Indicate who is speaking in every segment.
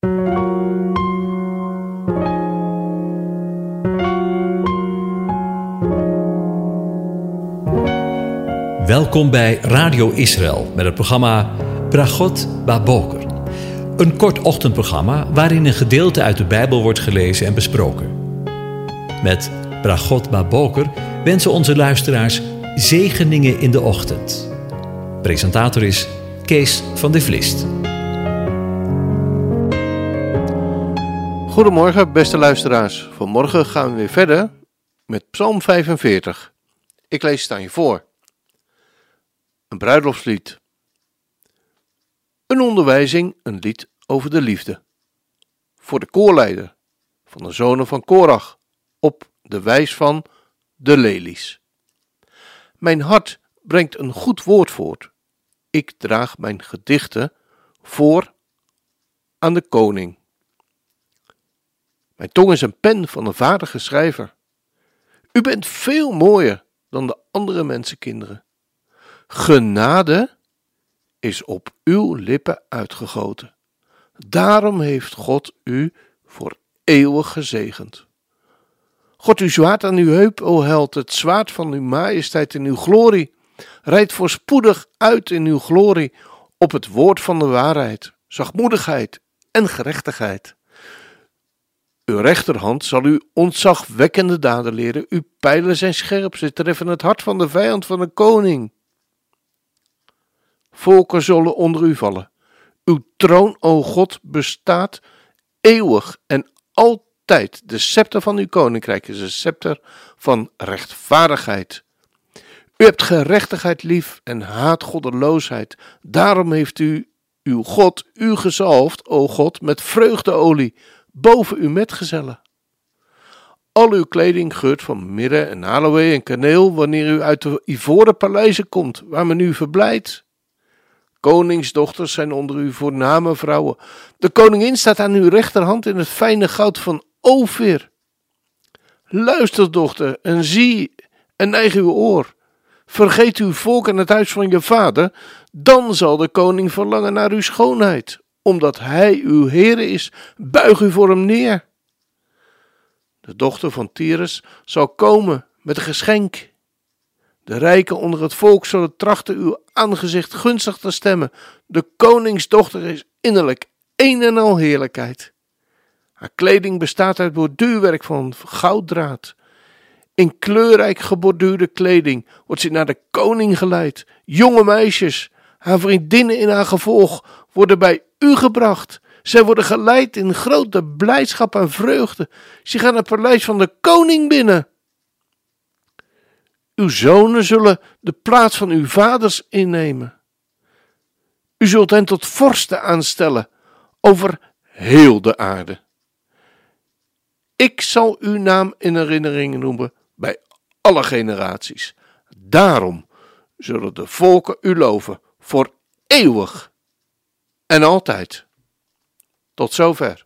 Speaker 1: Welkom bij Radio Israël met het programma Bragot Baboker. Een kort ochtendprogramma waarin een gedeelte uit de Bijbel wordt gelezen en besproken. Met Bragot Baboker wensen onze luisteraars zegeningen in de ochtend. Presentator is Kees van de Vlist.
Speaker 2: Goedemorgen beste luisteraars. Vanmorgen gaan we weer verder met Psalm 45. Ik lees het aan je voor. Een bruiloftslied. Een onderwijzing, een lied over de liefde. Voor de koorleider van de zonen van Korach, op de wijs van de lelies. Mijn hart brengt een goed woord voort. Ik draag mijn gedichten voor aan de koning. Mijn tong is een pen van een vaardige schrijver. U bent veel mooier dan de andere mensenkinderen. Genade is op uw lippen uitgegoten. Daarom heeft God u voor eeuwig gezegend. God, uw zwaard aan uw heup, o held, het zwaard van uw majesteit in uw glorie. Rijdt voorspoedig uit in uw glorie op het woord van de waarheid, zachtmoedigheid en gerechtigheid. Uw rechterhand zal u ontzagwekkende daden leren. Uw pijlen zijn scherp, ze treffen het hart van de vijand van de koning. Volken zullen onder u vallen. Uw troon, o God, bestaat eeuwig en altijd. De scepter van uw koninkrijk is een scepter van rechtvaardigheid. U hebt gerechtigheid lief en haat goddeloosheid. Daarom heeft u, uw God, u gezalfd, o God, met vreugdeolie boven uw metgezellen. Al uw kleding geurt van mirre en aloë en kaneel wanneer u uit de ivoren paleizen komt, waar men u verblijdt. Koningsdochters zijn onder u voorname vrouwen. De koningin staat aan uw rechterhand in het fijne goud van Ofir. Luister, dochter, en zie en neig uw oor. Vergeet uw volk en het huis van je vader, dan zal de koning verlangen naar uw schoonheid. Omdat hij uw Heere is, buig u voor hem neer. De dochter van Tyrus zal komen met een geschenk. De rijken onder het volk zullen trachten uw aangezicht gunstig te stemmen. De koningsdochter is innerlijk een en al heerlijkheid. Haar kleding bestaat uit borduurwerk van gouddraad. In kleurrijk geborduurde kleding wordt ze naar de koning geleid. Jonge meisjes, haar vriendinnen in haar gevolg, worden bij u gebracht. Zij worden geleid in grote blijdschap en vreugde. Ze gaan het paleis van de koning binnen. Uw zonen zullen de plaats van uw vaders innemen. U zult hen tot vorsten aanstellen over heel de aarde. Ik zal uw naam in herinnering noemen bij alle generaties. Daarom zullen de volken u loven voor eeuwig en altijd. Tot zover.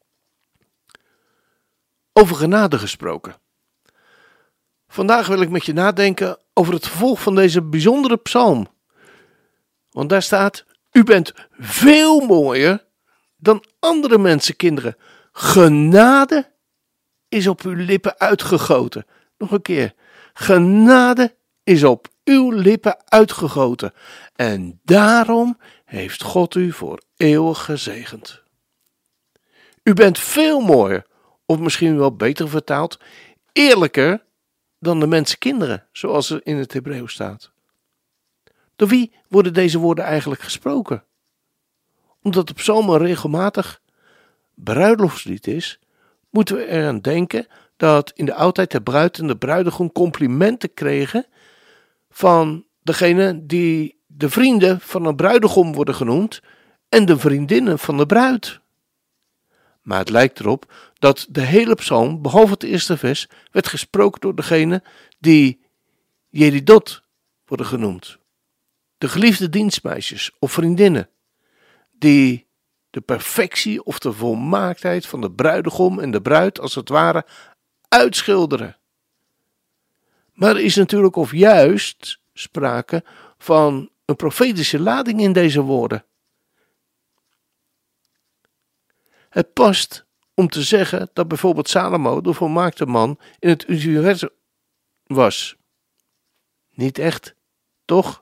Speaker 2: Over genade gesproken. Vandaag wil ik met je nadenken over het vervolg van deze bijzondere psalm. Want daar staat: u bent veel mooier dan andere mensenkinderen. Genade is op uw lippen uitgegoten. Nog een keer. Genade is op uw lippen uitgegoten. En daarom heeft God u voor eeuwig gezegend. U bent veel mooier, of misschien wel beter vertaald, eerlijker dan de mensenkinderen, zoals er in het Hebreeuws staat. Door wie worden deze woorden eigenlijk gesproken? Omdat de psalm een regelmatig bruiloftslied is, moeten we eraan denken dat in de oudheid de bruid en de bruidegom complimenten kregen van degene die de vrienden van een bruidegom worden genoemd en de vriendinnen van de bruid. Maar het lijkt erop dat de hele psalm, behalve het eerste vers, werd gesproken door degene die Jeridot worden genoemd. De geliefde dienstmeisjes of vriendinnen, die de perfectie of de volmaaktheid van de bruidegom en de bruid als het ware uitschilderen. Maar er is natuurlijk of juist sprake van een profetische lading in deze woorden. Het past om te zeggen dat bijvoorbeeld Salomo de volmaakte man in het universum was. Niet echt, toch?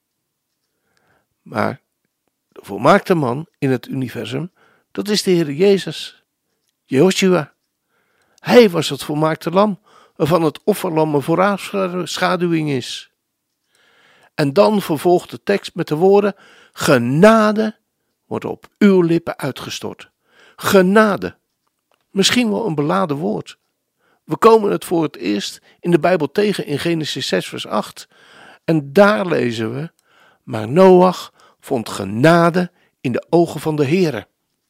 Speaker 2: Maar de volmaakte man in het universum, dat is de Heer Jezus, Joshua. Hij was het volmaakte lam, waarvan het offerlam een voorafschaduwing is. En dan vervolgt de tekst met de woorden: genade wordt op uw lippen uitgestort. Genade. Misschien wel een beladen woord. We komen het voor het eerst in de Bijbel tegen in Genesis 6 vers 8. En daar lezen we: maar Noach vond genade in de ogen van de Heere.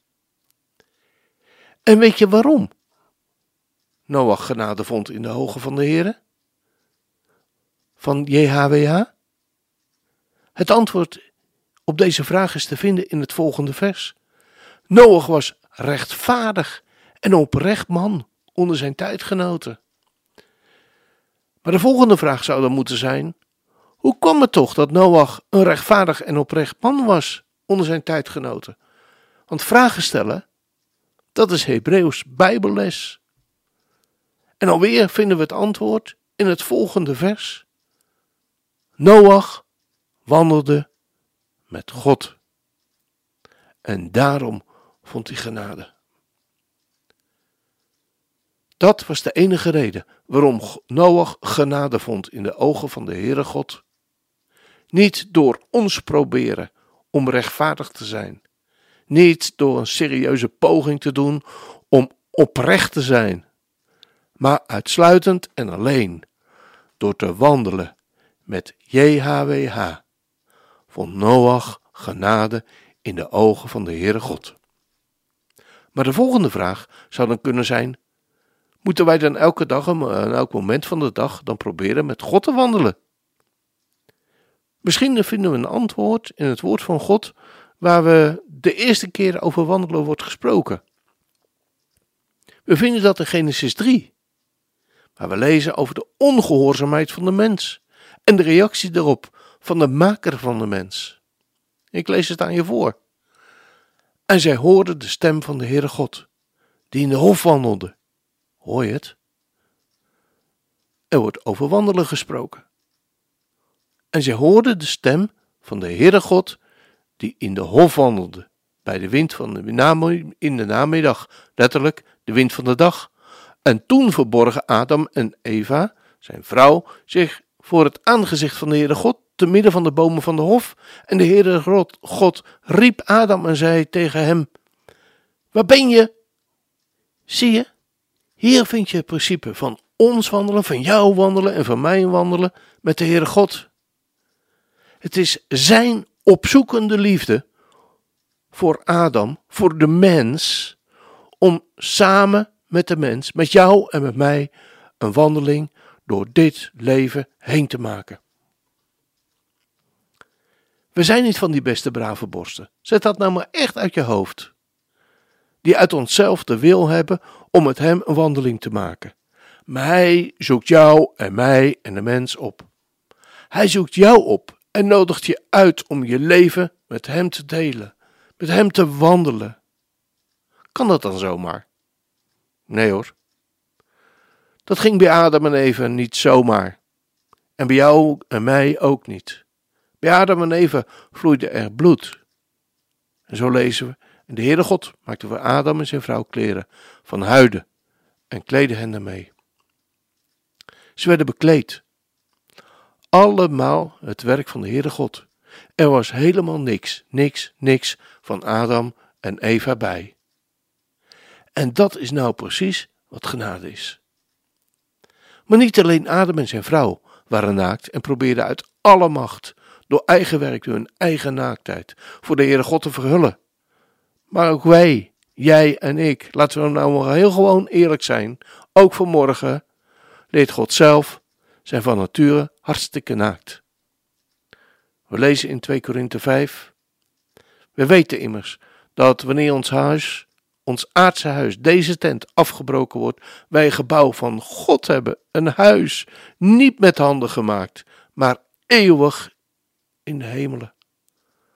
Speaker 2: En weet je waarom Noach genade vond in de ogen van de Heere? Van JHWH? Het antwoord op deze vraag is te vinden in het volgende vers. Noach was rechtvaardig en oprecht man onder zijn tijdgenoten. Maar de volgende vraag zou dan moeten zijn: hoe kwam het toch dat Noach een rechtvaardig en oprecht man was onder zijn tijdgenoten? Want vragen stellen, dat is Hebreeuws Bijbelles. En alweer vinden we het antwoord in het volgende vers. Noach wandelde met God. En daarom vond hij genade. Dat was de enige reden waarom Noach genade vond in de ogen van de Heere God. Niet door ons proberen om rechtvaardig te zijn. Niet door een serieuze poging te doen om oprecht te zijn. Maar uitsluitend en alleen door te wandelen met JHWH vond Noach genade in de ogen van de Heere God. Maar de volgende vraag zou dan kunnen zijn: moeten wij dan elke dag en elk moment van de dag dan proberen met God te wandelen? Misschien vinden we een antwoord in het woord van God waar we de eerste keer over wandelen wordt gesproken. We vinden dat in Genesis 3, waar we lezen over de ongehoorzaamheid van de mens en de reactie daarop van de maker van de mens. Ik lees het aan je voor. En zij hoorden de stem van de Heere God, die in de hof wandelde. Hoor je het? Er wordt over wandelen gesproken. En zij hoorden de stem van de Heere God, die in de hof wandelde, bij de wind van in de namiddag, letterlijk de wind van de dag. En toen verborgen Adam en Eva, zijn vrouw, zich voor het aangezicht van de Heere God, te midden van de bomen van de hof. En de Heere God riep Adam en zei tegen hem: waar ben je? Zie je, hier vind je het principe van ons wandelen, van jou wandelen en van mij wandelen met de Heere God. Het is zijn opzoekende liefde voor Adam, voor de mens, om samen met de mens, met jou en met mij, een wandeling door dit leven heen te maken. We zijn niet van die beste brave borsten. Zet dat nou maar echt uit je hoofd. Die uit onszelf de wil hebben om met hem een wandeling te maken. Maar hij zoekt jou en mij en de mens op. Hij zoekt jou op en nodigt je uit om je leven met hem te delen. Met hem te wandelen. Kan dat dan zomaar? Nee hoor. Dat ging bij Adam en Eva niet zomaar. En bij jou en mij ook niet. Bij Adam en Eva vloeide er bloed. En zo lezen we: en de Heere God maakte voor Adam en zijn vrouw kleren van huiden en kleedde hen daarmee. Ze werden bekleed. Allemaal het werk van de Heere God. Er was helemaal niks van Adam en Eva bij. En dat is nou precies wat genade is. Maar niet alleen Adam en zijn vrouw waren naakt en probeerden uit alle macht, door eigen werk, door hun eigen naaktheid, voor de Heere God te verhullen. Maar ook wij, jij en ik, laten we nou maar heel gewoon eerlijk zijn, ook vanmorgen leert God zelf zijn van nature hartstikke naakt. We lezen in 2 Korinthe 5. We weten immers dat wanneer ons aardse huis, deze tent, afgebroken wordt, wij een gebouw van God hebben, een huis, niet met handen gemaakt, maar eeuwig in de hemelen.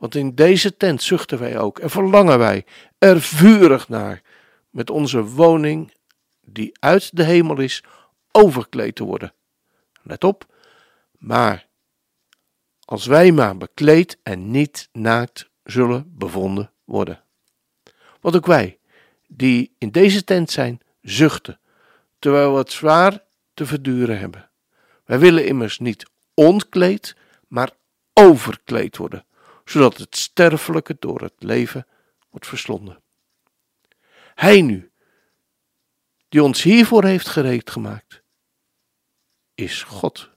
Speaker 2: Want in deze tent zuchten wij ook en verlangen wij er vurig naar met onze woning die uit de hemel is, overkleed te worden. Let op, maar als wij maar bekleed en niet naakt zullen bevonden worden. Want ook wij, die in deze tent zijn, zuchten, terwijl we het zwaar te verduren hebben. Wij willen immers niet ontkleed, maar overkleed worden, zodat het sterfelijke door het leven wordt verslonden. Hij nu, die ons hiervoor heeft gereed gemaakt, is God,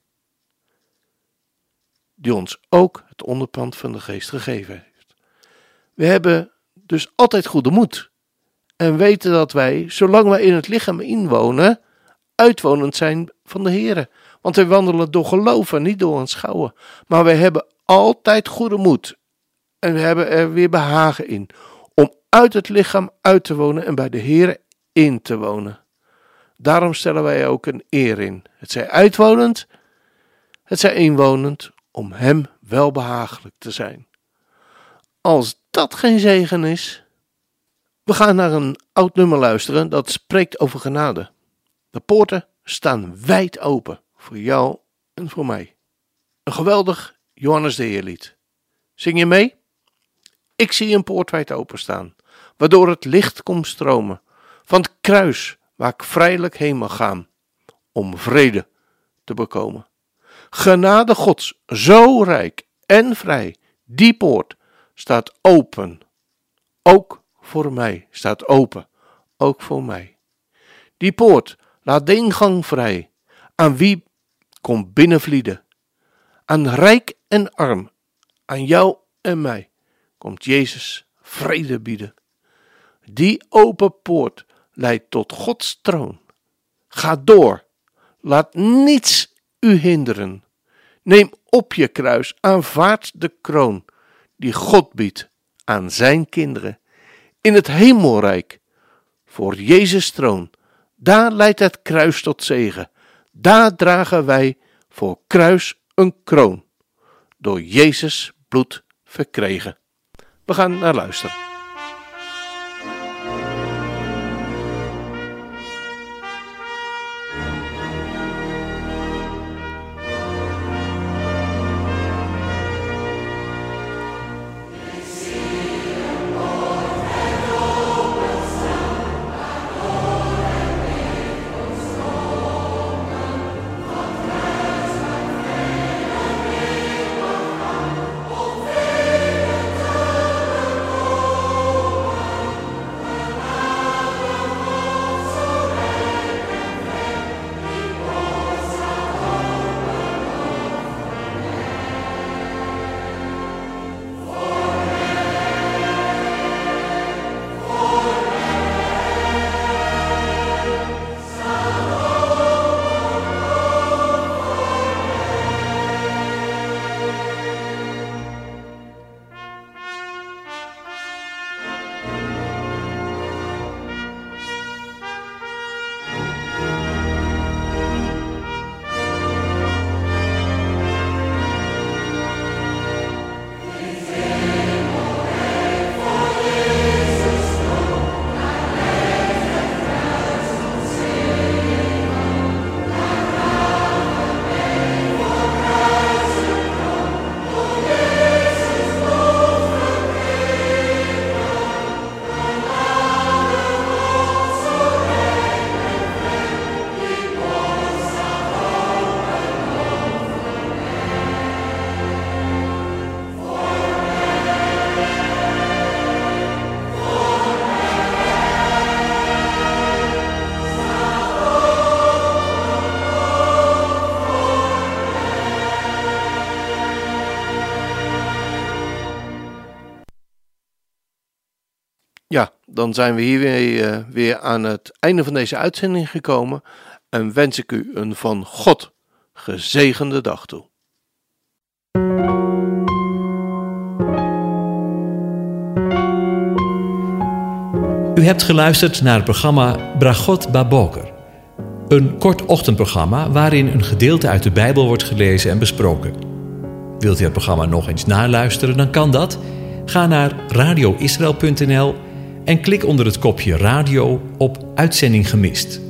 Speaker 2: die ons ook het onderpand van de geest gegeven heeft. We hebben dus altijd goede moed en weten dat wij, zolang wij in het lichaam inwonen, uitwonend zijn van de Here. Want wij wandelen door geloof en niet door aanschouwen. Maar wij hebben altijd goede moed en we hebben er weer behagen in om uit het lichaam uit te wonen en bij de Here in te wonen. Daarom stellen wij ook een eer in. Het zij uitwonend, het zij inwonend, om hem welbehagelijk te zijn. Als dat geen zegen is, we gaan naar een oud nummer luisteren dat spreekt over genade. De poorten staan wijd open voor jou en voor mij. Een geweldig Johannes de Heer lied. Zing je mee? Ik zie een poort wijd openstaan, waardoor het licht komt stromen van het kruis waar ik vrijelijk heen mag gaan, om vrede te bekomen. Genade Gods, zo rijk en vrij, die poort staat open. Ook voor mij staat open, ook voor mij. Die poort laat de ingang vrij, aan wie komt binnenvlieden. Aan rijk en arm, aan jou en mij, komt Jezus vrede bieden. Die open poort leidt tot Gods troon. Ga door, laat niets u hinderen. Neem op je kruis, aanvaard de kroon die God biedt aan zijn kinderen. In het hemelrijk, voor Jezus troon, daar leidt het kruis tot zegen. Daar dragen wij voor kruis een kroon, door Jezus bloed verkregen. We gaan naar luisteren. Ja, dan zijn we hier weer aan het einde van deze uitzending gekomen en wens ik u een van God gezegende dag toe.
Speaker 1: U hebt geluisterd naar het programma Bragot Baboker. Een kort ochtendprogramma waarin een gedeelte uit de Bijbel wordt gelezen en besproken. Wilt u het programma nog eens naluisteren, dan kan dat. Ga naar radioisrael.nl en klik onder het kopje radio op Uitzending gemist.